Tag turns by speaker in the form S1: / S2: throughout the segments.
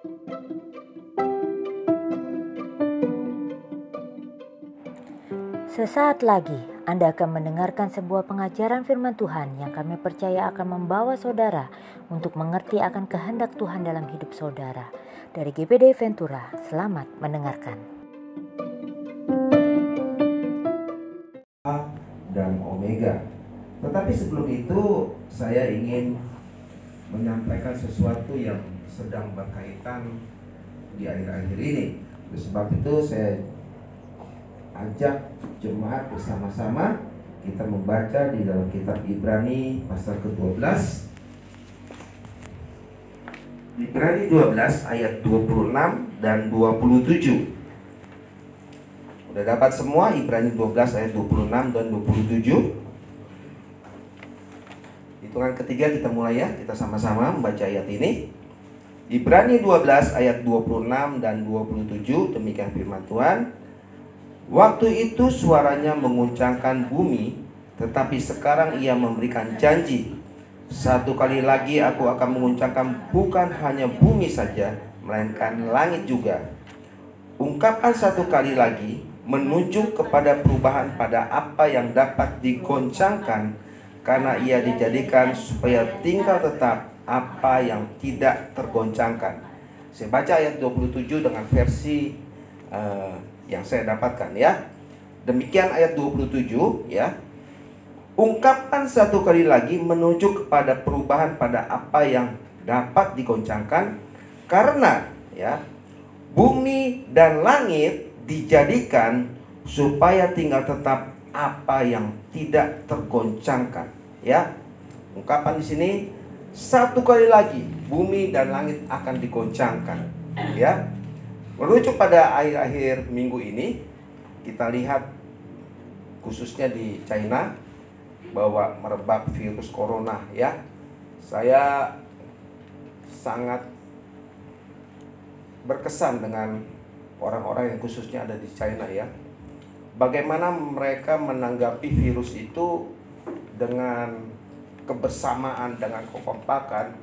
S1: Sesaat lagi Anda akan mendengarkan sebuah pengajaran firman Tuhan yang kami percaya akan membawa saudara untuk mengerti akan kehendak Tuhan dalam hidup saudara. Dari GPD Ventura, selamat mendengarkan.
S2: Dan Omega. Tetapi sebelum itu saya ingin menyampaikan sesuatu yang sedang berkaitan di akhir-akhir ini. Oleh sebab itu saya ajak jemaat bersama-sama kita membaca di dalam kitab Ibrani pasal ke-12. Ibrani 12 ayat 26 dan 27. Udah dapat semua Ibrani 12 ayat 26 dan 27. Hitungan ketiga kita mulai ya, kita sama-sama membaca ayat ini. Ibrani 12 ayat 26 dan 27, demikian firman Tuhan. Waktu itu suaranya menguncangkan bumi, tetapi sekarang ia memberikan janji. Satu kali lagi aku akan menguncangkan bukan hanya bumi saja, melainkan langit juga. Ungkapan satu kali lagi menunjuk kepada perubahan pada apa yang dapat digoncangkan, karena ia dijadikan supaya tinggal tetap apa yang tidak tergoncangkan. Saya baca ayat 27 dengan versi yang saya dapatkan ya. Demikian ayat 27 ya. Ungkapan satu kali lagi menunjuk kepada perubahan pada apa yang dapat digoncangkan, karena ya bumi dan langit dijadikan supaya tinggal tetap apa yang tidak tergoncangkan ya. Ungkapan di sini satu kali lagi bumi dan langit akan digoncangkan ya. Merujuk pada akhir-akhir minggu ini, kita lihat khususnya di China bahwa merebak virus corona ya. Saya sangat berkesan dengan orang-orang yang khususnya ada di China ya. Bagaimana mereka menanggapi virus itu dengan kebersamaan, dengan kekompakan.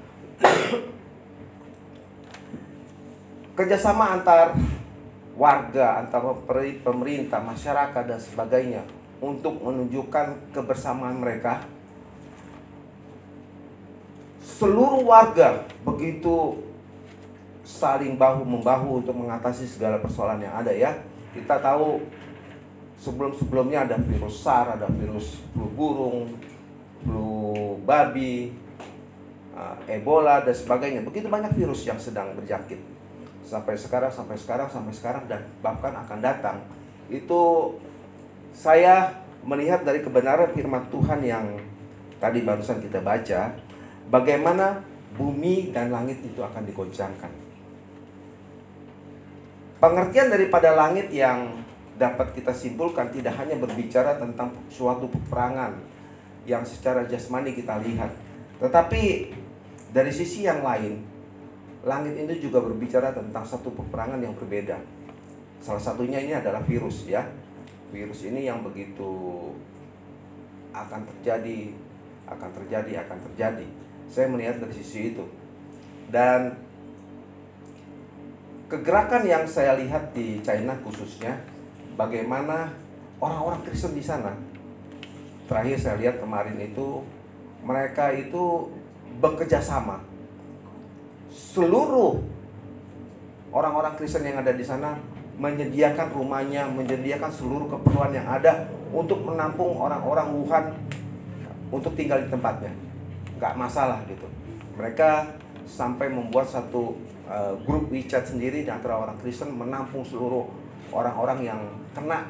S2: Kerjasama antar warga, antar pemerintah, masyarakat dan sebagainya untuk menunjukkan kebersamaan mereka. Seluruh warga begitu saling bahu-membahu untuk mengatasi segala persoalan yang ada ya. Kita tahu sebelum-sebelumnya ada virus SARS, ada virus flu burung, flu babi, Ebola dan sebagainya. Begitu banyak virus yang sedang berjangkit. Sampai sekarang dan bahkan akan datang. Itu saya melihat dari kebenaran firman Tuhan yang tadi barusan kita baca, bagaimana bumi dan langit itu akan digoncangkan. Pengertian daripada langit yang dapat kita simpulkan tidak hanya berbicara tentang suatu peperangan yang secara jasmani kita lihat, tetapi dari sisi yang lain, langit itu juga berbicara tentang satu peperangan yang berbeda. Salah satunya ini adalah virus ya. Virus ini yang begitu akan terjadi. Saya melihat dari sisi itu. Dan kegerakan yang saya lihat di China khususnya, bagaimana orang-orang Kristen di sana. Terakhir saya lihat kemarin itu, mereka itu bekerja sama. Seluruh orang-orang Kristen yang ada di sana menyediakan rumahnya, menyediakan seluruh keperluan yang ada untuk menampung orang-orang Wuhan untuk tinggal di tempatnya. Gak masalah gitu. Mereka sampai membuat satu grup WeChat sendiri di antara orang Kristen menampung seluruh orang-orang yang kena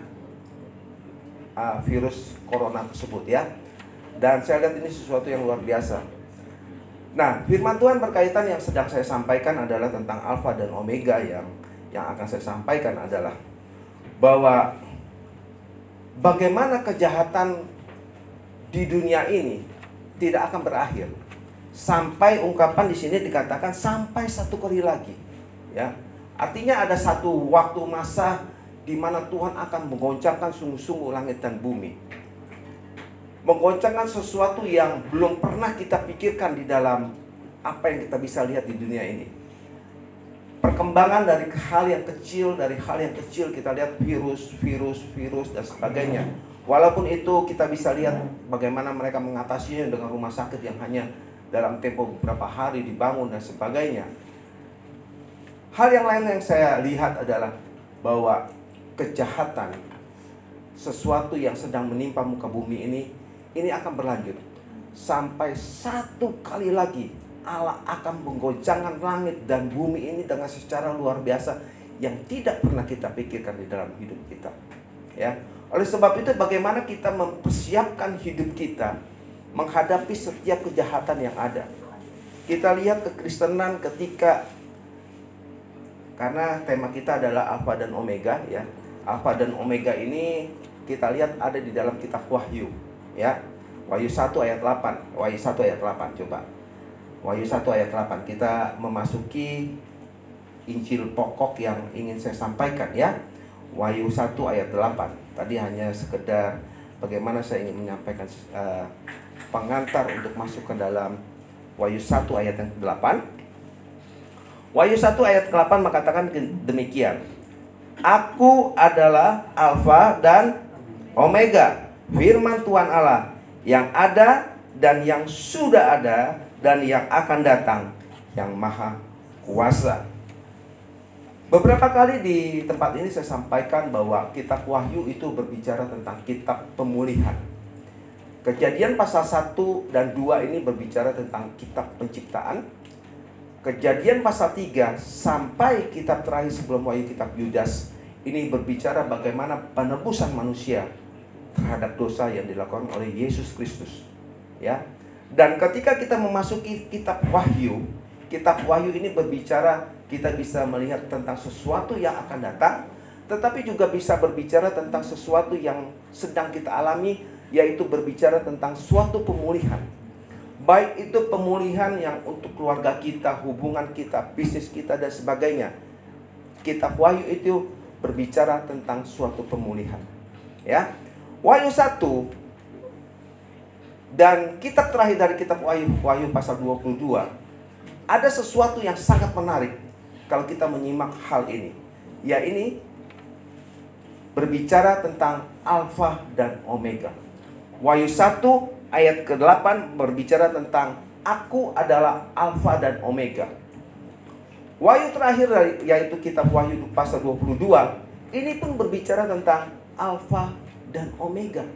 S2: virus corona tersebut ya. Dan saya lihat ini sesuatu yang luar biasa. Nah, firman Tuhan berkaitan yang sedang saya sampaikan adalah tentang Alfa dan Omega. Yang akan saya sampaikan adalah bahwa bagaimana kejahatan di dunia ini tidak akan berakhir sampai ungkapan di sini dikatakan sampai satu kali lagi ya. Artinya ada satu waktu masa di mana Tuhan akan menggoncangkan sungguh-sungguh langit dan bumi. Menggoncangkan sesuatu yang belum pernah kita pikirkan di dalam apa yang kita bisa lihat di dunia ini. perkembangan dari hal yang kecil, kita lihat virus dan sebagainya. Walaupun itu kita bisa lihat bagaimana mereka mengatasinya dengan rumah sakit yang hanya dalam tempo beberapa hari dibangun dan sebagainya. Hal yang lain yang saya lihat adalah bahwa kejahatan, sesuatu yang sedang menimpa muka bumi ini akan berlanjut. Sampai satu kali lagi Allah akan menggoncangkan langit dan bumi ini dengan secara luar biasa yang tidak pernah kita pikirkan di dalam hidup kita. Ya. Oleh sebab itu bagaimana kita mempersiapkan hidup kita menghadapi setiap kejahatan yang ada. Kita lihat kekristenan karena tema kita adalah Alfa dan Omega, ya. Alfa dan Omega ini kita lihat ada di dalam kitab Wahyu, ya. Wahyu 1 ayat 8. Wahyu 1 ayat 8 coba. Wahyu 1 ayat 8. Kita memasuki Injil pokok yang ingin saya sampaikan, ya. Wahyu 1 ayat 8. Tadi hanya sekedar bagaimana saya ingin menyampaikan pengantar untuk masuk ke dalam Wahyu 1 ayat yang ke-8. Wahyu 1 ayat ke-8 mengatakan demikian. Aku adalah Alfa dan Omega, firman Tuhan Allah, yang ada dan yang sudah ada dan yang akan datang, yang maha kuasa. Beberapa kali di tempat ini saya sampaikan bahwa kitab Wahyu itu berbicara tentang kitab pemulihan. Kejadian pasal 1 dan 2 ini berbicara tentang kitab penciptaan. Kejadian pasal 3 sampai kitab terakhir sebelum Wahyu, kitab Yudas, ini berbicara bagaimana penebusan manusia terhadap dosa yang dilakukan oleh Yesus Kristus, ya. Dan ketika kita memasuki kitab Wahyu ini berbicara, kita bisa melihat tentang sesuatu yang akan datang, tetapi juga bisa berbicara tentang sesuatu yang sedang kita alami, yaitu berbicara tentang suatu pemulihan. Baik itu pemulihan yang untuk keluarga kita, hubungan kita, bisnis kita dan sebagainya. Kitab Wahyu itu berbicara tentang suatu pemulihan, ya. Wahyu 1 dan kitab terakhir dari kitab Wahyu pasal 22, ada sesuatu yang sangat menarik kalau kita menyimak hal ini. Ya, ini berbicara tentang Alfa dan Omega. Wahyu 1 ayat ke-8 berbicara tentang Aku adalah Alfa dan Omega. Wahyu terakhir yaitu kitab Wahyu pasal 22, ini pun berbicara tentang Alfa dan Omega.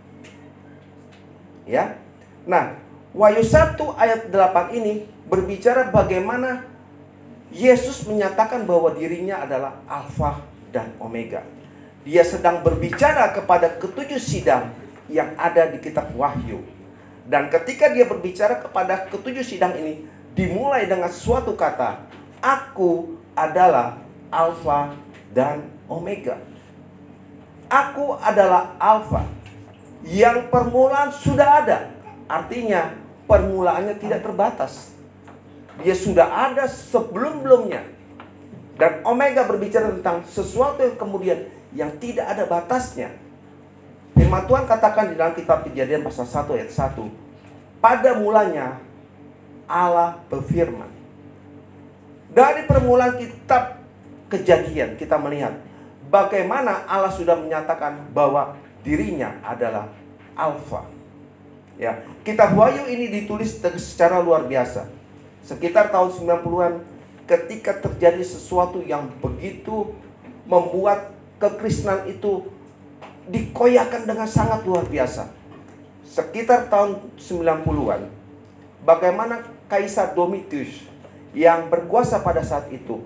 S2: Ya. Nah, Wahyu 1 ayat 8 ini berbicara bagaimana Yesus menyatakan bahwa dirinya adalah Alfa dan Omega. Dia sedang berbicara kepada ketujuh sidang yang ada di kitab Wahyu. Dan ketika dia berbicara kepada ketujuh sidang ini, dimulai dengan suatu kata, Aku adalah Alfa dan Omega. Aku adalah Alfa. Yang permulaan sudah ada. Artinya permulaannya tidak terbatas. Dia sudah ada sebelum-belumnya. Dan Omega berbicara tentang sesuatu yang kemudian yang tidak ada batasnya. Firman Tuhan katakan di dalam kitab Kejadian pasal 1 ayat 1. Pada mulanya Allah berfirman. Dari permulaan kitab Kejadian kita melihat bagaimana Allah sudah menyatakan bahwa dirinya adalah Alfa. Ya, kitab Wahyu ini ditulis secara luar biasa. Sekitar tahun 90-an ketika terjadi sesuatu yang begitu membuat kekristenan itu dikoyakan dengan sangat luar biasa. Sekitar tahun 90-an, bagaimana Kaisar Domitius yang berkuasa pada saat itu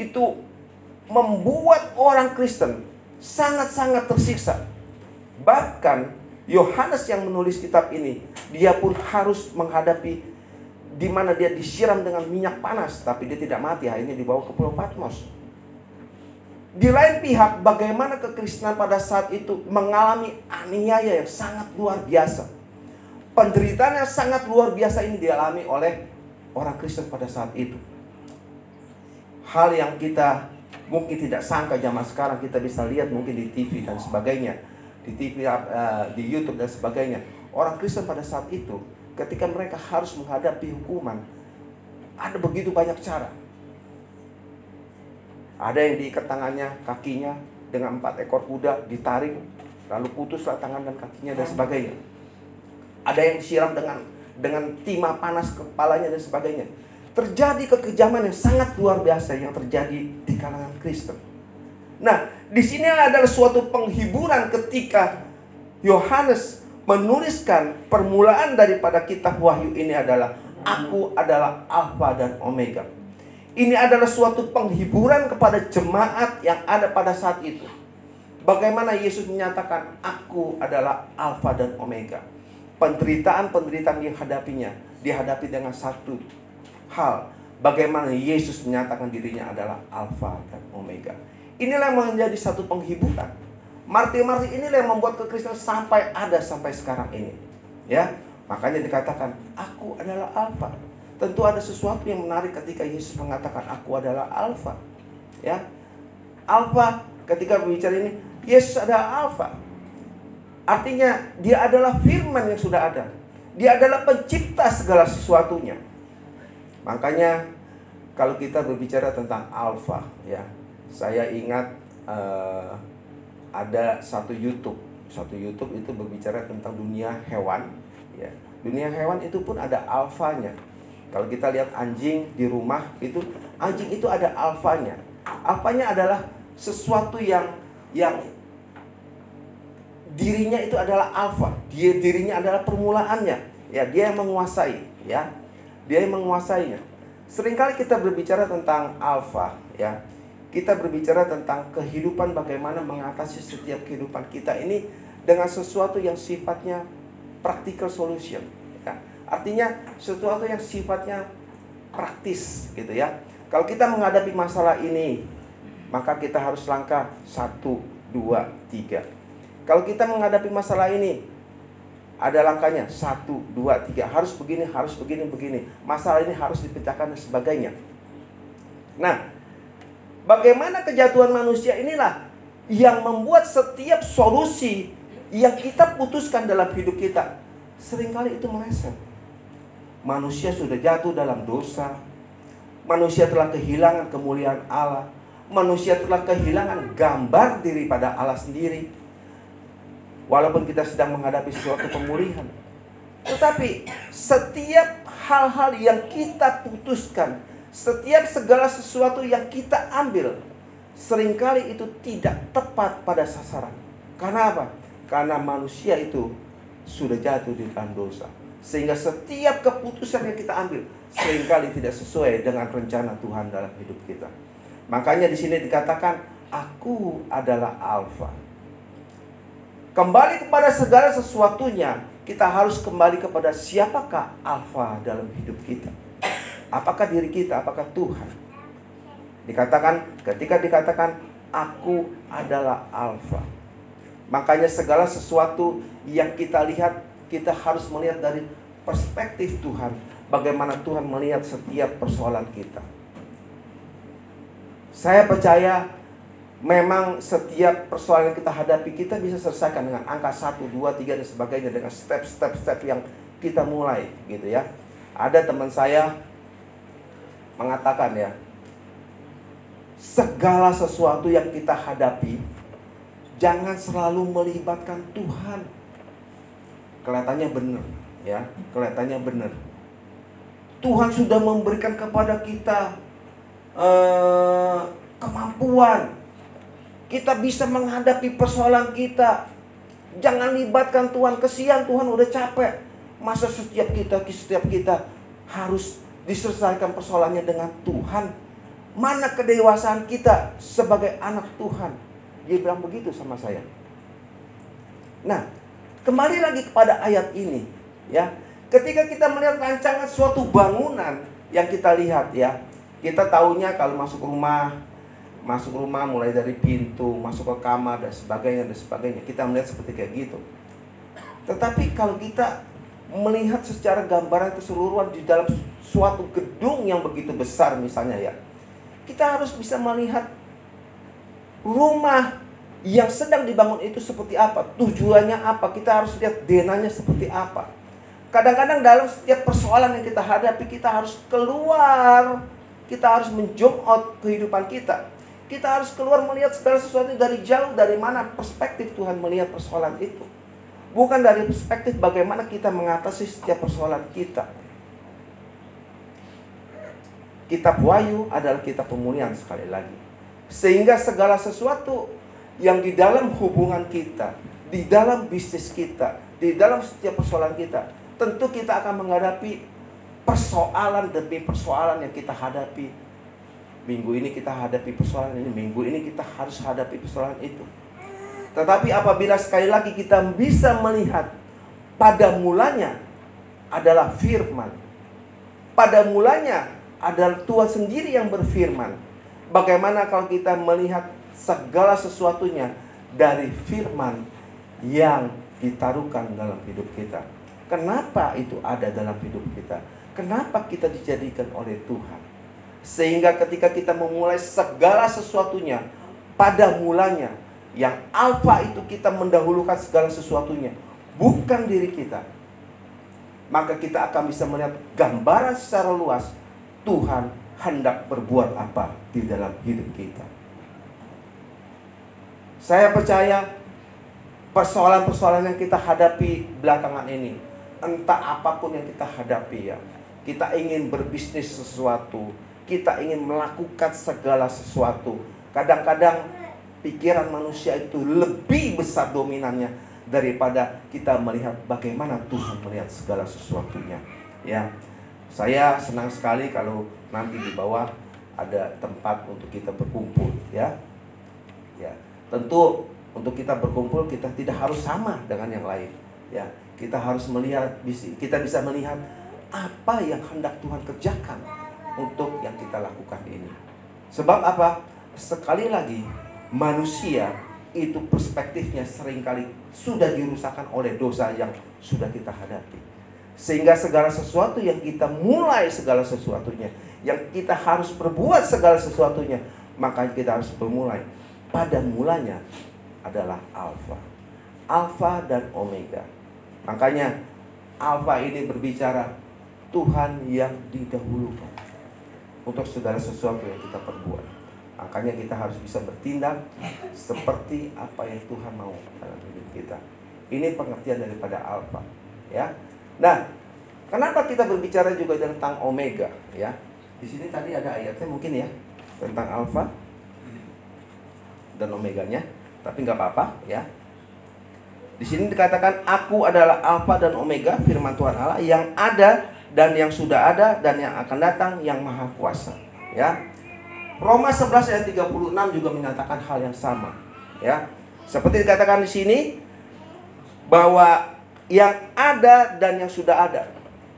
S2: membuat orang Kristen sangat-sangat tersiksa. Bahkan Yohanes yang menulis kitab ini, dia pun harus menghadapi di mana dia disiram dengan minyak panas, tapi dia tidak mati, akhirnya dibawa ke Pulau Patmos. Di lain pihak, bagaimana kekristenan pada saat itu mengalami aniaya yang sangat luar biasa. Penderitaan yang sangat luar biasa ini dialami oleh orang Kristen pada saat itu. Hal yang kita mungkin tidak sangka zaman sekarang, kita bisa lihat mungkin di TV dan sebagainya, di TV, di YouTube dan sebagainya. Orang Kristen pada saat itu, ketika mereka harus menghadapi hukuman, ada begitu banyak cara. Ada yang diikat tangannya, kakinya dengan 4 ekor kuda, ditarik, lalu putuslah tangan dan kakinya dan sebagainya. Ada yang disiram dengan timah panas kepalanya dan sebagainya. Terjadi kekejaman yang sangat luar biasa yang terjadi di kalangan Kristen. Nah, di sini adalah suatu penghiburan ketika Yohanes menuliskan permulaan daripada kitab Wahyu ini adalah, aku adalah Alfa dan Omega. Ini adalah suatu penghiburan kepada jemaat yang ada pada saat itu. Bagaimana Yesus menyatakan, aku adalah Alfa dan Omega. Penderitaan-penderitaan yang dihadapi dengan satu hal. Bagaimana Yesus menyatakan dirinya adalah Alfa dan Omega. Inilah yang menjadi satu penghiburan. Martir-martir inilah yang membuat kekristenan sampai sekarang ini. Ya, makanya dikatakan, aku adalah Alfa. Tentu ada sesuatu yang menarik ketika Yesus mengatakan, aku adalah Alfa. Ya, Alfa ketika berbicara ini, Yesus adalah Alfa. Artinya dia adalah firman yang sudah ada. Dia adalah pencipta segala sesuatunya. Makanya kalau kita berbicara tentang Alfa, ya, saya ingat ada satu YouTube itu berbicara tentang dunia hewan. Ya, dunia hewan itu pun ada alfanya. Kalau kita lihat anjing di rumah itu, anjing itu ada alfanya. Alfanya adalah sesuatu yang dirinya itu adalah alfa. Dirinya adalah permulaannya. Ya, dia yang menguasai, ya. Dia yang menguasainya. Seringkali kita berbicara tentang alfa, ya. Kita berbicara tentang kehidupan, bagaimana mengatasi setiap kehidupan kita ini dengan sesuatu yang sifatnya practical solution, ya. Artinya sesuatu yang sifatnya praktis gitu ya. Kalau kita menghadapi masalah ini, maka kita harus langkah 1, 2, 3. Kalau kita menghadapi masalah ini, ada langkahnya 1, 2, 3. Harus begini, begini. Masalah ini harus dipecahkan dan sebagainya. Nah, bagaimana kejatuhan manusia inilah yang membuat setiap solusi yang kita putuskan dalam hidup kita seringkali itu meleset. Manusia sudah jatuh dalam dosa. Manusia telah kehilangan kemuliaan Allah. Manusia telah kehilangan gambar diri pada Allah sendiri. Walaupun kita sedang menghadapi suatu pemulihan, tetapi setiap hal-hal yang kita putuskan, setiap segala sesuatu yang kita ambil, seringkali itu tidak tepat pada sasaran. Karena apa? Karena manusia itu sudah jatuh di dalam dosa. Sehingga setiap keputusan yang kita ambil seringkali tidak sesuai dengan rencana Tuhan dalam hidup kita. Makanya di sini dikatakan, aku adalah Alfa. Kembali kepada segala sesuatunya, kita harus kembali kepada siapakah Alfa dalam hidup kita. Apakah diri kita, apakah Tuhan? Ketika dikatakan aku adalah Alfa, makanya segala sesuatu yang kita lihat, kita harus melihat dari perspektif Tuhan. Bagaimana Tuhan melihat setiap persoalan kita. Saya percaya memang setiap persoalan yang kita hadapi, kita bisa selesaikan dengan angka 1, 2, 3 dan sebagainya, dengan step yang kita mulai gitu ya. Ada teman saya mengatakan, ya, segala sesuatu yang kita hadapi jangan selalu melibatkan Tuhan. Kelihatannya benar, ya, kelihatannya benar. Tuhan sudah memberikan kepada kita kemampuan. Kita bisa menghadapi persoalan kita. Jangan libatkan Tuhan. Kesian, Tuhan udah capek. Masa setiap kita harus diselesaikan persoalannya dengan Tuhan? Mana kedewasaan kita sebagai anak Tuhan? Dia bilang begitu sama saya. Nah, kembali lagi kepada ayat ini, ya. Ketika kita melihat rancangan suatu bangunan yang kita lihat, ya, kita taunya kalau masuk rumah mulai dari pintu, masuk ke kamar dan sebagainya. Kita melihat seperti kayak gitu. Tetapi kalau kita melihat secara gambaran keseluruhan di dalam suatu gedung yang begitu besar misalnya, ya, kita harus bisa melihat rumah yang sedang dibangun itu seperti apa, tujuannya apa, kita harus lihat denahnya seperti apa. Kadang-kadang dalam setiap persoalan yang kita hadapi, kita harus keluar, kita harus menzoom out kehidupan kita. Kita harus keluar melihat segala sesuatu dari jauh, dari mana perspektif Tuhan melihat persoalan itu. Bukan dari perspektif bagaimana kita mengatasi setiap persoalan kita. Kitab Wahyu adalah kitab pemulihan sekali lagi. Sehingga segala sesuatu yang di dalam hubungan kita, di dalam bisnis kita, di dalam setiap persoalan kita, tentu kita akan menghadapi persoalan demi persoalan yang kita hadapi. Minggu ini kita hadapi persoalan ini, minggu ini kita harus hadapi persoalan itu. Tetapi apabila sekali lagi kita bisa melihat pada mulanya adalah firman, pada mulanya adalah Tuhan sendiri yang berfirman. Bagaimana kalau kita melihat segala sesuatunya dari firman yang ditaruhkan dalam hidup kita? Kenapa itu ada dalam hidup kita? Kenapa kita dijadikan oleh Tuhan? Sehingga ketika kita memulai segala sesuatunya pada mulanya, yang alfa itu kita mendahulukan segala sesuatunya, bukan diri kita, maka kita akan bisa melihat gambaran secara luas Tuhan hendak berbuat apa di dalam hidup kita. Saya percaya persoalan-persoalan yang kita hadapi belakangan ini, entah apapun yang kita hadapi ya, kita ingin berbisnis sesuatu, kita ingin melakukan segala sesuatu. Kadang-kadang pikiran manusia itu lebih besar dominannya daripada kita melihat bagaimana Tuhan melihat segala sesuatunya. Ya, saya senang sekali kalau nanti di bawah ada tempat untuk kita berkumpul. Ya, tentu untuk kita berkumpul kita tidak harus sama dengan yang lain. Ya, kita harus melihat, kita bisa melihat apa yang hendak Tuhan kerjakan untuk yang kita lakukan ini. Sebab apa? Sekali lagi, manusia itu perspektifnya seringkali sudah dirusakkan oleh dosa yang sudah kita hadapi. Sehingga segala sesuatu yang kita mulai segala sesuatunya, yang kita harus berbuat segala sesuatunya, maka kita harus bermulai. Pada mulanya adalah Alfa. Alfa dan Omega. Makanya Alfa ini berbicara Tuhan yang didahulukan untuk segala sesuatu yang kita perbuat. Makanya kita harus bisa bertindak seperti apa yang Tuhan mau dalam hidup kita. Ini pengertian daripada Alfa, ya. Nah, kenapa kita berbicara juga tentang Omega, ya? Di sini tadi ada ayatnya mungkin ya tentang Alfa dan Omeganya, tapi nggak apa-apa, ya. Di sini dikatakan aku adalah Alfa dan Omega, firman Tuhan Allah yang ada dan yang sudah ada dan yang akan datang, yang maha kuasa, ya. Roma 11 ayat 36 juga menyatakan hal yang sama, ya. Seperti dikatakan di sini bahwa yang ada dan yang sudah ada.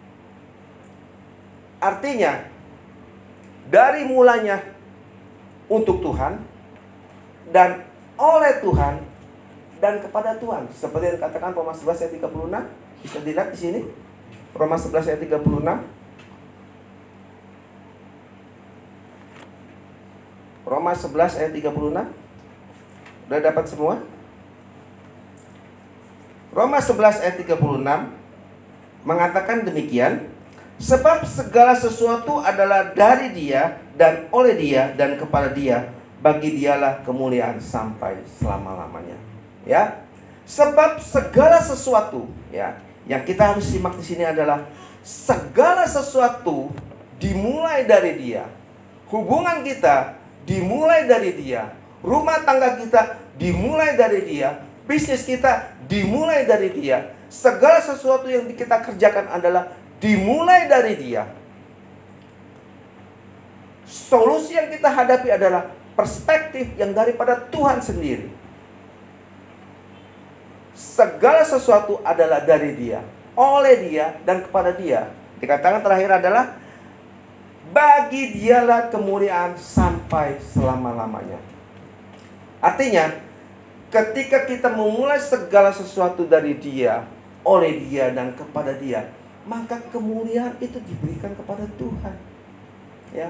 S2: Artinya dari mulanya untuk Tuhan dan oleh Tuhan dan kepada Tuhan. Seperti yang dikatakan Roma 11 ayat 36, bisa dilihat di sini. Roma 11 ayat 36. Roma 11 ayat 36. Udah dapat semua? Roma 11 ayat 36 mengatakan demikian, sebab segala sesuatu adalah dari Dia dan oleh Dia dan kepada Dia, bagi Dialah kemuliaan sampai selama-lamanya. Ya. Sebab segala sesuatu, ya, yang kita harus simak di sini adalah segala sesuatu dimulai dari Dia. Hubungan kita dimulai dari Dia. Rumah tangga kita dimulai dari Dia. Bisnis kita dimulai dari Dia. Segala sesuatu yang kita kerjakan adalah dimulai dari Dia. Solusi yang kita hadapi adalah perspektif yang daripada Tuhan sendiri. Segala sesuatu adalah dari Dia, oleh Dia, dan kepada Dia. Dikatakan terakhir adalah bagi Dialah kemuliaan sampai selama-lamanya. Artinya, ketika kita memulai segala sesuatu dari Dia, oleh Dia, dan kepada Dia, maka kemuliaan itu diberikan kepada Tuhan. Ya.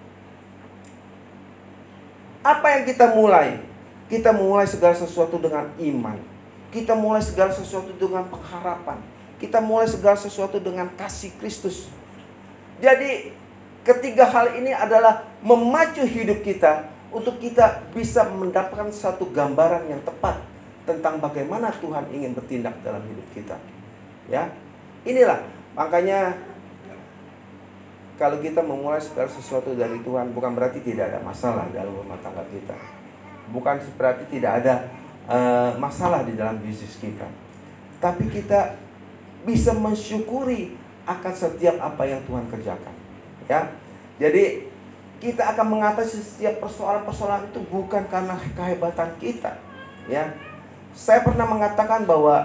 S2: Apa yang kita mulai? Kita mulai segala sesuatu dengan iman. Kita mulai segala sesuatu dengan pengharapan. Kita mulai segala sesuatu dengan kasih Kristus. Jadi ketiga hal ini adalah memacu hidup kita untuk kita bisa mendapatkan satu gambaran yang tepat tentang bagaimana Tuhan ingin bertindak dalam hidup kita. Ya, inilah makanya kalau kita memulai segala sesuatu dari Tuhan, bukan berarti tidak ada masalah dalam rumah tangga kita. Bukan berarti tidak ada masalah di dalam bisnis kita. Tapi kita bisa mensyukuri akan setiap apa yang Tuhan kerjakan. Ya, jadi kita akan mengatasi setiap persoalan-persoalan itu bukan karena kehebatan kita. Ya, saya pernah mengatakan bahwa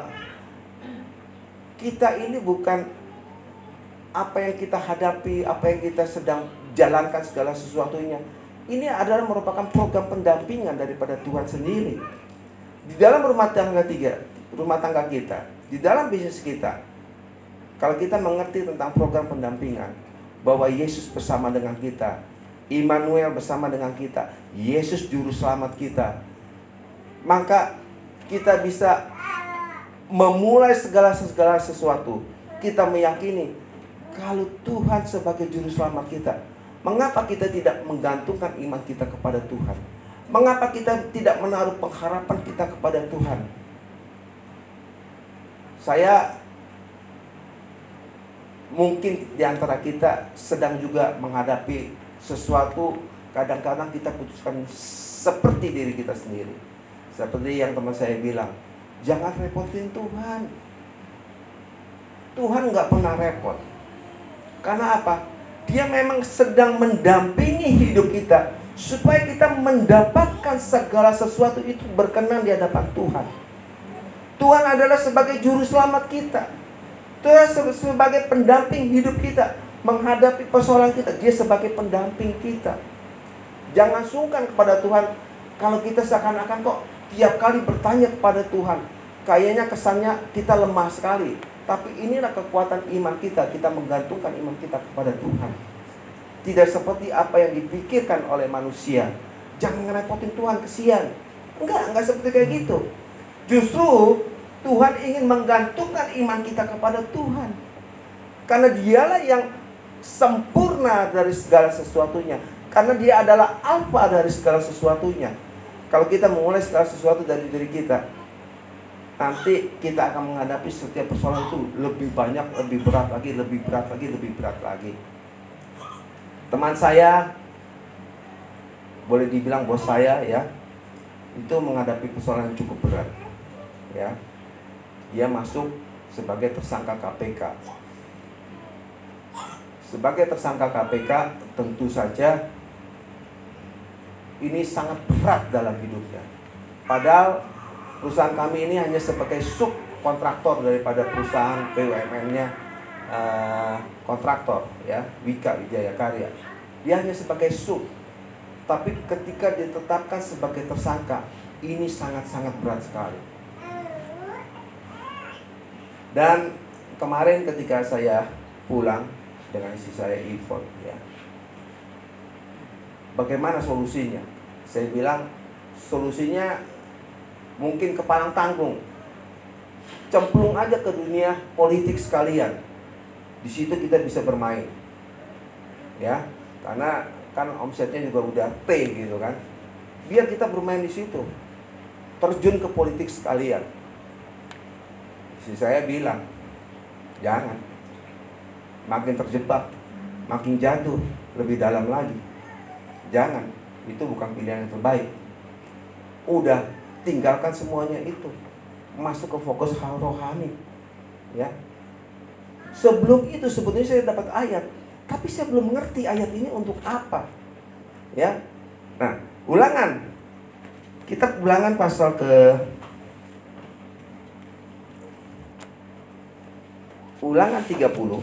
S2: kita ini bukan apa yang kita hadapi, apa yang kita sedang jalankan segala sesuatunya. Ini adalah merupakan program pendampingan daripada Tuhan sendiri. Di dalam rumah tangga kita, di dalam bisnis kita, kalau kita mengerti tentang program pendampingan, bahwa Yesus bersama dengan kita, Immanuel bersama dengan kita, Yesus juru selamat kita, maka kita bisa memulai segala sesuatu. Kita meyakini kalau Tuhan sebagai juru selamat kita, mengapa kita tidak menggantungkan iman kita kepada Tuhan? Mengapa kita tidak menaruh pengharapan kita kepada Tuhan? Saya mungkin di antara kita sedang juga menghadapi sesuatu, kadang-kadang kita putuskan seperti diri kita sendiri. Seperti yang teman saya bilang, jangan repotin Tuhan. Tuhan gak pernah repot. Karena apa? Dia memang sedang mendampingi hidup kita, supaya kita mendapatkan segala sesuatu itu berkenan di hadapan Tuhan. Tuhan adalah sebagai juru selamat kita. Tuhan sebagai pendamping hidup kita, menghadapi persoalan kita. Dia sebagai pendamping kita. Jangan sungkan kepada Tuhan. Kalau kita seakan-akan kok tiap kali bertanya kepada Tuhan, kayaknya kesannya kita lemah sekali. Tapi inilah kekuatan iman kita. Kita menggantungkan iman kita kepada Tuhan. Tidak seperti apa yang dipikirkan oleh manusia. Jangan ngerepotin Tuhan, kesian. Enggak seperti kayak gitu. Justru Tuhan ingin menggantungkan iman kita kepada Tuhan. Karena dialah yang sempurna dari segala sesuatunya. Karena dia adalah alfa dari segala sesuatunya. Kalau kita memulai segala sesuatu dari diri kita, nanti kita akan menghadapi setiap persoalan itu lebih banyak, lebih berat lagi, lebih berat lagi, lebih berat lagi. Teman saya, boleh dibilang bos saya ya, itu menghadapi persoalan yang cukup berat. Ya, dia masuk sebagai tersangka KPK. Sebagai tersangka KPK, tentu saja ini sangat berat dalam hidupnya. Padahal perusahaan kami ini hanya sebagai subkontraktor daripada perusahaan BUMN-nya kontraktor ya, Wika Wijaya Karya. Dia hanya sebagai sub. Tapi ketika ditetapkan sebagai tersangka, ini sangat-sangat berat sekali. Dan kemarin ketika saya pulang dengan istri saya Yvonne ya, bagaimana solusinya? Saya bilang solusinya mungkin kepalang tanggung. Cemplung aja ke dunia politik sekalian. Di situ kita bisa bermain. Ya, karena kan omsetnya juga udah T gitu kan. Biar kita bermain di situ. Terjun ke politik sekalian. Istri saya bilang, jangan. Makin terjebak, makin jatuh lebih dalam lagi. Jangan, itu bukan pilihan yang terbaik. Udah, tinggalkan semuanya itu. Masuk ke fokus hal rohani. Ya. Sebelum itu sebetulnya saya dapat ayat, tapi saya belum mengerti ayat ini untuk apa. Ya. Nah, Ulangan. Kitab Ulangan pasal Ulangan 30.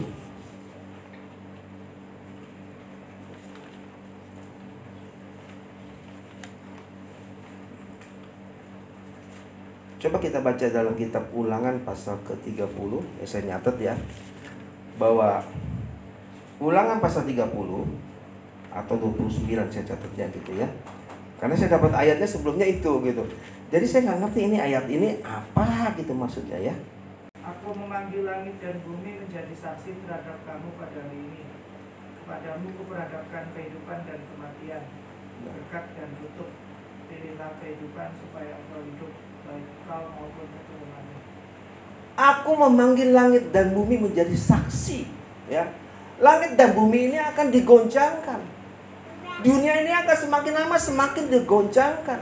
S2: Coba kita baca dalam kitab Ulangan pasal ke-30. Saya nyatet ya. Bahwa Ulangan pasal 30 atau 29 saya catatnya gitu ya. Karena saya dapat ayatnya sebelumnya itu gitu. Jadi saya nggak ngerti ini ayat ini apa gitu maksudnya ya.
S3: Aku memanggil langit dan bumi menjadi saksi terhadap kamu pada hari ini. Kepadamu kuperhadapkan kehidupan dan kematian, berkat dan tutup. Pilihlah kehidupan supaya engkau hidup, baik engkau maupun keturunanmu.
S2: Aku memanggil langit dan bumi menjadi saksi. Ya, langit dan bumi ini akan digoncangkan. Dunia ini akan semakin lama semakin digoncangkan.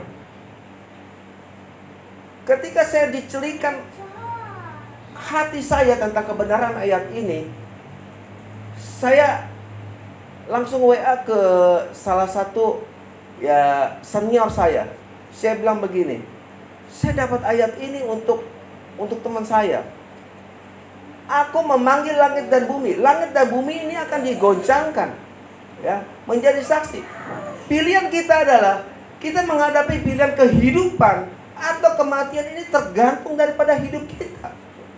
S2: Ketika saya dicelikan hati saya tentang kebenaran ayat ini, saya langsung WA ke salah satu senior saya. Saya bilang begini, saya dapat ayat ini untuk teman saya. Aku memanggil langit dan bumi. Langit dan bumi ini akan digoncangkan, ya, menjadi saksi. Pilihan kita adalah kita menghadapi pilihan kehidupan atau kematian ini tergantung daripada hidup kita.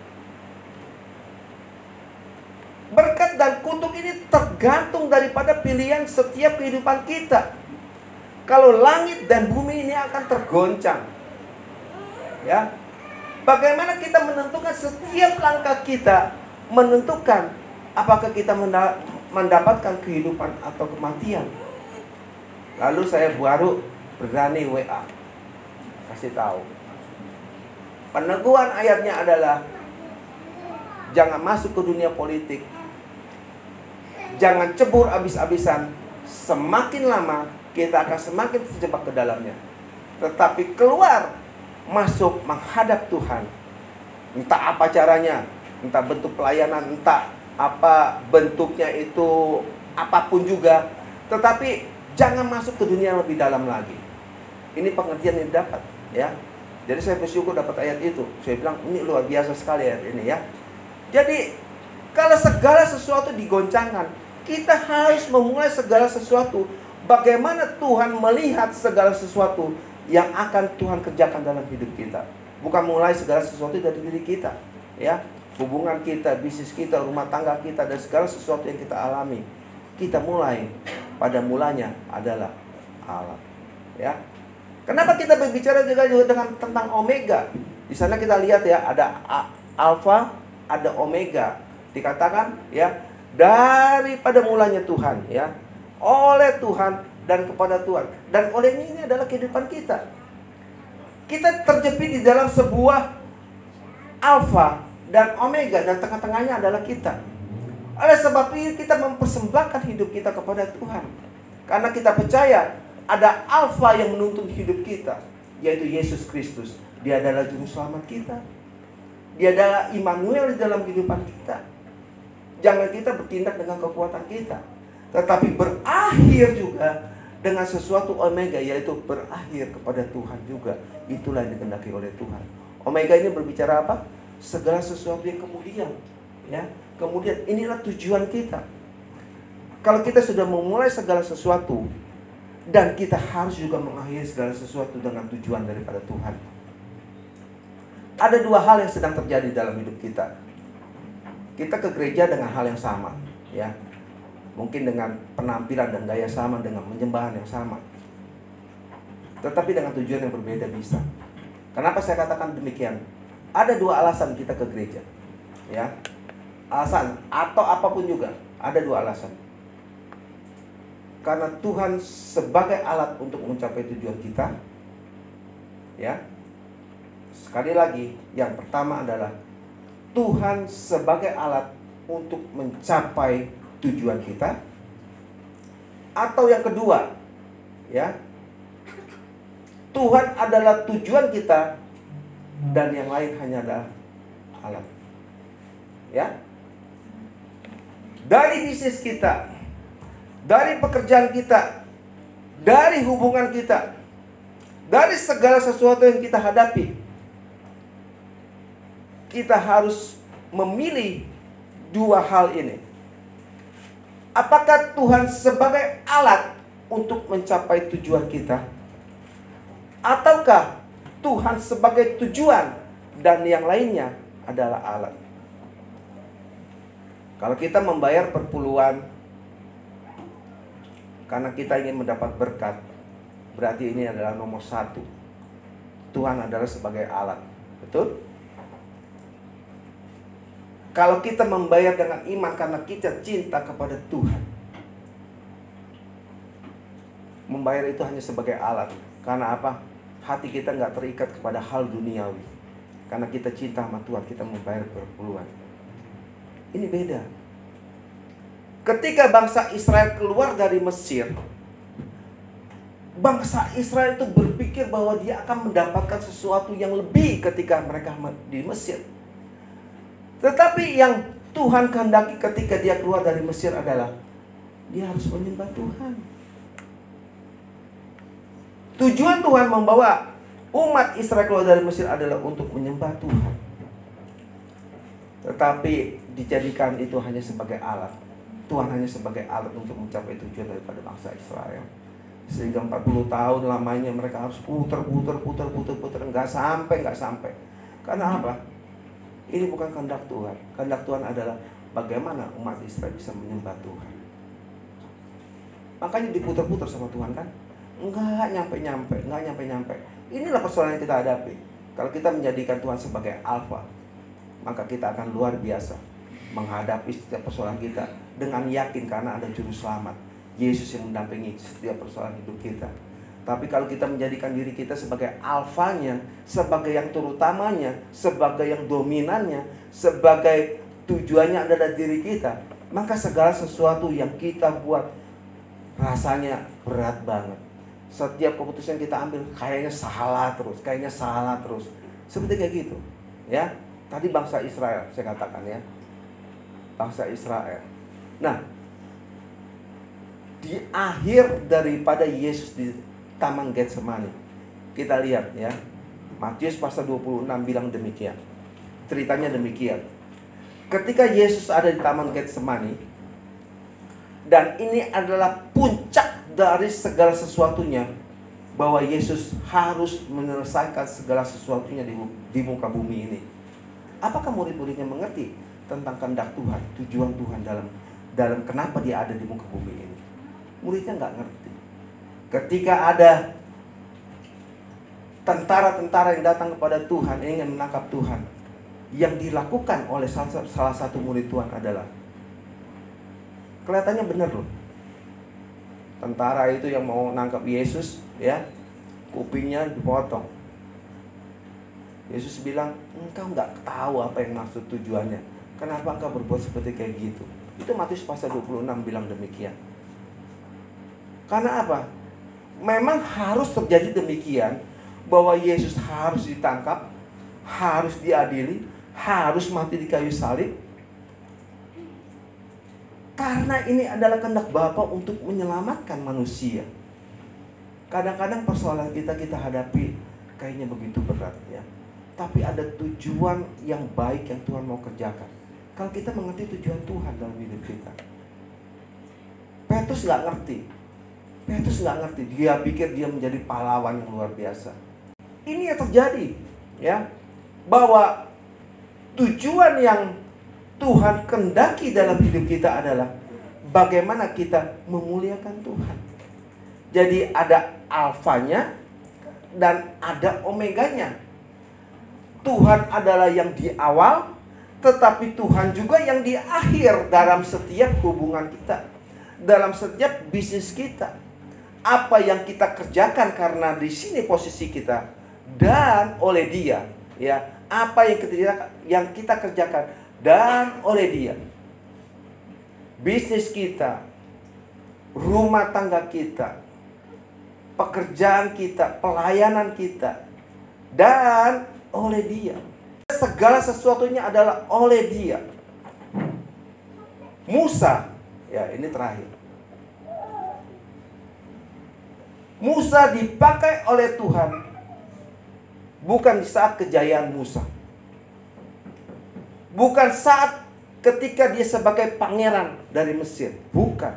S2: Berkat dan kutuk ini tergantung daripada pilihan setiap kehidupan kita. Kalau langit dan bumi ini akan tergoncang, ya, bagaimana kita menentukan setiap langkah kita, menentukan apakah kita mendapatkan kehidupan atau kematian. Lalu saya baru berani WA kasih tahu. Peneguhan ayatnya adalah jangan masuk ke dunia politik. Jangan cebur habis-habisan. Semakin lama kita akan semakin terjebak ke dalamnya. Tetapi keluar, masuk menghadap Tuhan. Entah apa caranya, entah bentuk pelayanan, entah apa bentuknya itu, apapun juga. Tetapi jangan masuk ke dunia yang lebih dalam lagi. Ini pengertian yang dapat, ya. Jadi saya bersyukur dapat ayat itu. Saya bilang ini luar biasa sekali ayat ini, ya. Jadi kalau segala sesuatu digoncangkan, kita harus memulai segala sesuatu. Bagaimana Tuhan melihat segala sesuatu yang akan Tuhan kerjakan dalam hidup kita. Bukan mulai segala sesuatu dari diri kita, ya. Hubungan kita, bisnis kita, rumah tangga kita, dan segala sesuatu yang kita alami. Kita mulai pada mulanya adalah Allah, ya. Kenapa kita berbicara juga dengan tentang omega? Di sana kita lihat, ya, ada alfa, ada omega. Dikatakan, ya, daripada mulanya Tuhan, ya, oleh Tuhan dan kepada Tuhan. Dan oleh ini adalah kehidupan kita. Kita terjepit di dalam sebuah alfa dan omega, dan tengah-tengahnya adalah kita. Oleh sebab ini kita mempersembahkan hidup kita kepada Tuhan. Karena kita percaya ada alfa yang menuntun hidup kita, yaitu Yesus Kristus. Dia adalah juru selamat kita. Dia adalah Immanuel di dalam kehidupan kita. Jangan kita bertindak dengan kekuatan kita, tetapi berakhir juga dengan sesuatu omega, yaitu berakhir kepada Tuhan juga. Itulah yang dikehendaki oleh Tuhan. Omega ini berbicara apa? Segala sesuatu yang kemudian, ya. Kemudian inilah tujuan kita. Kalau kita sudah memulai segala sesuatu, dan kita harus juga mengakhiri segala sesuatu dengan tujuan daripada Tuhan. Ada dua hal yang sedang terjadi dalam hidup kita. Kita ke gereja dengan hal yang sama, ya. Mungkin dengan penampilan dan gaya sama, dengan penyembahan yang sama. Tetapi dengan tujuan yang berbeda bisa. Kenapa saya katakan demikian? Ada dua alasan kita ke gereja, ya. Alasan atau apapun juga, ada dua alasan. Karena Tuhan sebagai alat untuk mencapai tujuan kita, ya. Sekali lagi, yang pertama adalah Tuhan sebagai alat untuk mencapai tujuan kita. Atau yang kedua, ya, Tuhan adalah tujuan kita dan yang lain hanya adalah alat, ya. Dari bisnis kita, dari pekerjaan kita, dari hubungan kita, dari segala sesuatu yang kita hadapi, kita harus memilih dua hal ini. Apakah Tuhan sebagai alat untuk mencapai tujuan kita, ataukah Tuhan sebagai tujuan dan yang lainnya adalah alat? Kalau kita membayar perpuluhan karena kita ingin mendapat berkat, berarti ini adalah nomor satu. Tuhan adalah sebagai alat. Betul? Kalau kita membayar dengan iman karena kita cinta kepada Tuhan, membayar itu hanya sebagai alat. Karena apa? Hati kita nggak terikat kepada hal duniawi. Karena kita cinta sama Tuhan, kita membayar perpuluhan. Ini beda. Ketika bangsa Israel keluar dari Mesir, bangsa Israel itu berpikir bahwa dia akan mendapatkan sesuatu yang lebih ketika mereka di Mesir. Tetapi yang Tuhan kehendaki ketika dia keluar dari Mesir adalah dia harus menyembah Tuhan. Tujuan Tuhan membawa umat Israel keluar dari Mesir adalah untuk menyembah Tuhan. Tetapi dijadikan itu hanya sebagai alat. Tuhan hanya sebagai alat untuk mencapai tujuan daripada bangsa Israel. Sehingga 40 tahun lamanya mereka harus putar. Nggak sampai. Karena apa? Ini bukan kehendak Tuhan. Kehendak Tuhan adalah bagaimana umat Israel bisa menyembah Tuhan. Makanya diputar-putar sama Tuhan kan? Nggak nyampe. Inilah persoalan yang kita hadapi. Kalau kita menjadikan Tuhan sebagai alfa, maka kita akan luar biasa menghadapi setiap persoalan kita dengan yakin karena ada juru selamat, Yesus yang mendampingi setiap persoalan hidup kita. Tapi kalau kita menjadikan diri kita sebagai alfanya, sebagai yang terutamanya, sebagai yang dominannya, sebagai tujuannya adalah diri kita, maka segala sesuatu yang kita buat rasanya berat banget. Setiap keputusan kita ambil kayaknya salah terus. Seperti kayak gitu. Ya, tadi bangsa Israel saya katakan ya. Bangsa Israel. Nah, di akhir daripada Yesus di Taman Getsemani, kita lihat ya, Matius pasal 26 bilang demikian. Ceritanya demikian. Ketika Yesus ada di Taman Getsemani, dan ini adalah puncak dari segala sesuatunya, bahwa Yesus harus menyelesaikan segala sesuatunya di muka bumi ini. Apakah murid-muridnya mengerti tentang kehendak Tuhan, tujuan Tuhan dalam kenapa dia ada di muka bumi ini? Muridnya nggak ngerti. Ketika ada tentara-tentara yang datang kepada Tuhan, ingin menangkap Tuhan, yang dilakukan oleh salah satu murid Tuhan adalah, kelihatannya benar loh, tentara itu yang mau nangkap Yesus, ya, kupingnya dipotong. Yesus bilang, engkau nggak tahu apa yang maksud tujuannya. Kenapa engkau berbuat seperti kayak gitu? Itu Matius pasal 26 bilang demikian. Karena apa? Memang harus terjadi demikian, bahwa Yesus harus ditangkap, harus diadili, harus mati di kayu salib. Karena ini adalah kehendak Bapa untuk menyelamatkan manusia. Kadang-kadang persoalan kita hadapi kayaknya begitu berat ya. Tapi ada tujuan yang baik yang Tuhan mau kerjakan. Kalau kita mengerti tujuan Tuhan dalam hidup kita. Petrus nggak ngerti. Dia pikir dia menjadi pahlawan yang luar biasa. Ini yang terjadi ya. Bahwa tujuan yang Tuhan kehendaki dalam hidup kita adalah bagaimana kita memuliakan Tuhan. Jadi ada alfanya dan ada omeganya. Tuhan adalah yang di awal, tetapi Tuhan juga yang di akhir dalam setiap hubungan kita, dalam setiap bisnis kita. Apa yang kita kerjakan karena di sini posisi kita dan oleh Dia, ya. Apa yang kita kerjakan dan oleh Dia. Bisnis kita, rumah tangga kita, pekerjaan kita, pelayanan kita, dan oleh Dia. Segala sesuatunya adalah oleh Dia. Musa, ya ini terakhir. Musa dipakai oleh Tuhan bukan di saat kejayaan Musa. Bukan saat ketika dia sebagai pangeran dari Mesir. Bukan.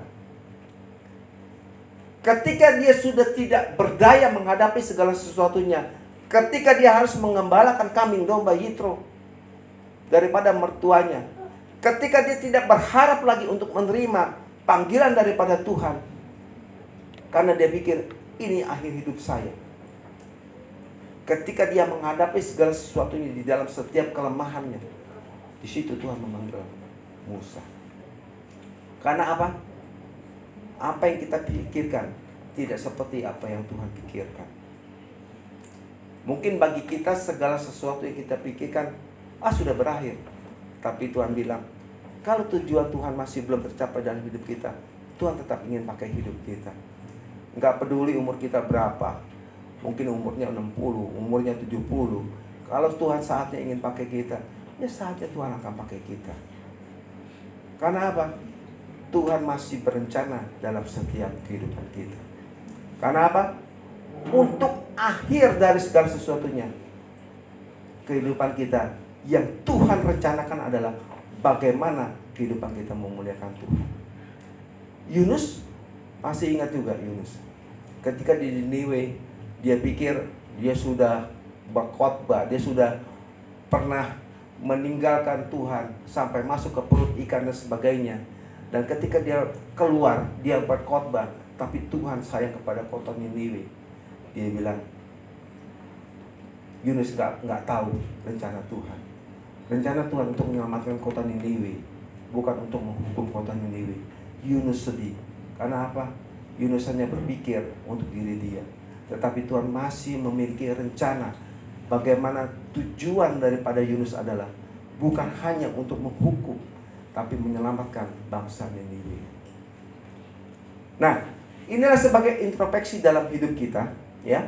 S2: Ketika dia sudah tidak berdaya menghadapi segala sesuatunya. Ketika dia harus mengembalakan kambing domba Yitro daripada mertuanya. Ketika dia tidak berharap lagi untuk menerima panggilan daripada Tuhan. Karena dia pikir ini akhir hidup saya. Ketika dia menghadapi segala sesuatunya di dalam setiap kelemahannya. Di situ Tuhan memanggil Musa. Karena apa? Apa yang kita pikirkan tidak seperti apa yang Tuhan pikirkan. Mungkin bagi kita segala sesuatu yang kita pikirkan sudah berakhir. Tapi Tuhan bilang, kalau tujuan Tuhan masih belum tercapai dalam hidup kita, Tuhan tetap ingin pakai hidup kita. Nggak peduli umur kita berapa. Mungkin umurnya 60, umurnya 70. Kalau Tuhan saatnya ingin pakai kita, ya saatnya Tuhan akan pakai kita. Karena apa? Tuhan masih berencana dalam setiap kehidupan kita. Karena apa? Untuk akhir dari segala sesuatunya, kehidupan kita yang Tuhan rencanakan adalah bagaimana kehidupan kita memuliakan Tuhan. Yunus, masih ingat juga Yunus. Ketika di Niniwe, dia pikir dia sudah berkhotbah, dia sudah pernah meninggalkan Tuhan sampai masuk ke perut ikan dan sebagainya. Dan ketika dia keluar, dia berkhotbah, tapi Tuhan sayang kepada kota Niniwe. Dia bilang, Yunus nggak tahu rencana Tuhan. Rencana Tuhan untuk menyelamatkan kota Niniwe, bukan untuk menghukum kota Niniwe. Yunus sedih. Karena apa? Yunus hanya berpikir untuk diri dia. Tetapi Tuhan masih memiliki rencana. Bagaimana tujuan daripada Yunus adalah bukan hanya untuk menghukum, tapi menyelamatkan bangsa Niniwe. Nah, inilah sebagai introspeksi dalam hidup kita, ya.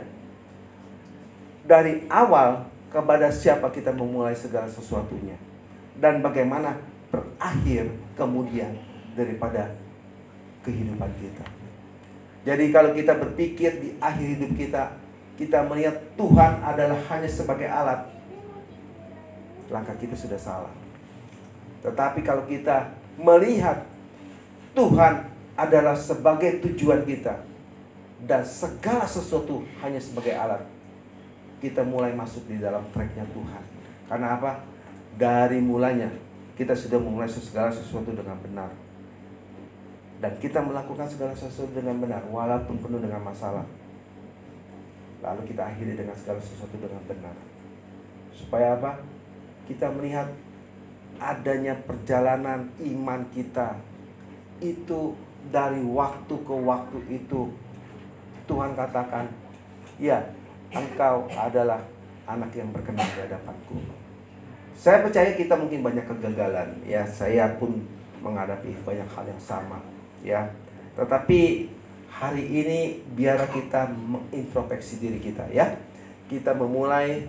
S2: Dari awal kepada siapa kita memulai segala sesuatunya, dan bagaimana berakhir kemudian daripada kehidupan kita. Jadi kalau kita berpikir di akhir hidup kita, kita melihat Tuhan adalah hanya sebagai alat, langkah kita sudah salah. Tetapi kalau kita melihat Tuhan adalah sebagai tujuan kita dan segala sesuatu hanya sebagai alat, kita mulai masuk di dalam tracknya Tuhan. Karena apa? Dari mulanya kita sudah memulai segala sesuatu dengan benar. Dan kita melakukan segala sesuatu dengan benar, walaupun penuh dengan masalah. Lalu kita akhiri dengan segala sesuatu dengan benar. Supaya apa? Kita melihat adanya perjalanan iman kita. Itu dari waktu ke waktu itu Tuhan katakan, ya, engkau adalah anak yang berkenan di hadapanku. Saya percaya kita mungkin banyak kegagalan, ya, saya pun menghadapi banyak hal yang sama, ya. Tetapi hari ini biar kita mengintrospeksi diri kita, ya. Kita memulai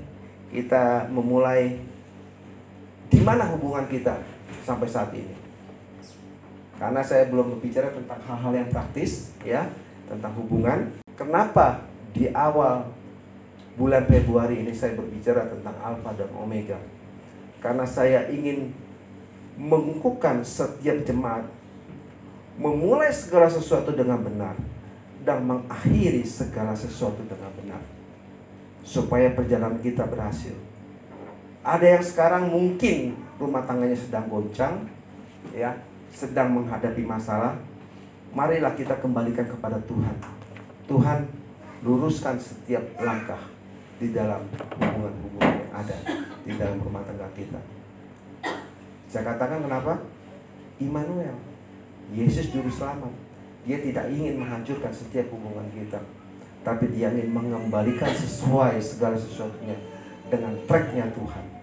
S2: di mana hubungan kita sampai saat ini. Karena saya belum berbicara tentang hal-hal yang praktis, ya, tentang hubungan. Kenapa di awal bulan Februari ini saya berbicara tentang Alfa dan Omega? Karena saya ingin mengukuhkan setiap jemaat memulai segala sesuatu dengan benar dan mengakhiri segala sesuatu dengan benar, supaya perjalanan kita berhasil. Ada yang sekarang mungkin rumah tangganya sedang goncang, ya, sedang menghadapi masalah. Marilah kita kembalikan kepada Tuhan. Tuhan, luruskan setiap langkah di dalam hubungan-hubungan yang ada di dalam rumah tangga kita. Saya katakan kenapa? Immanuel, Yesus Juru Selamat. Dia tidak ingin menghancurkan setiap hubungan kita, tapi dia ingin mengembalikan sesuai segala sesuatunya dengan tracknya Tuhan.